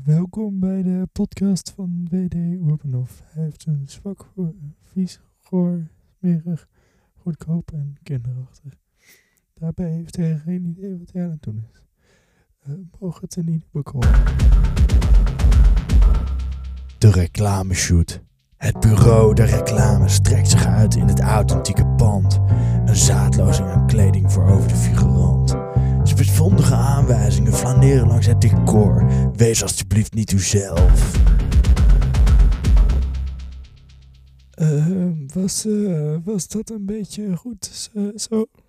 Welkom bij de podcast van WD Urbanov. Hij heeft een zwak voor vies, goor, smerig, goedkoop en kinderachtig. Daarbij heeft hij geen idee wat hij aan het doen is. Mogen het er niet bekomen. De reclameshoot. Het bureau der reclame strekt zich uit in het authentieke pand. Een zaadlozing aan kleding voor over de figurant. Spitsvondige aanwijzingen flaneren langs het decor. Wees alstublieft niet uzelf. Was dat een beetje goed zo?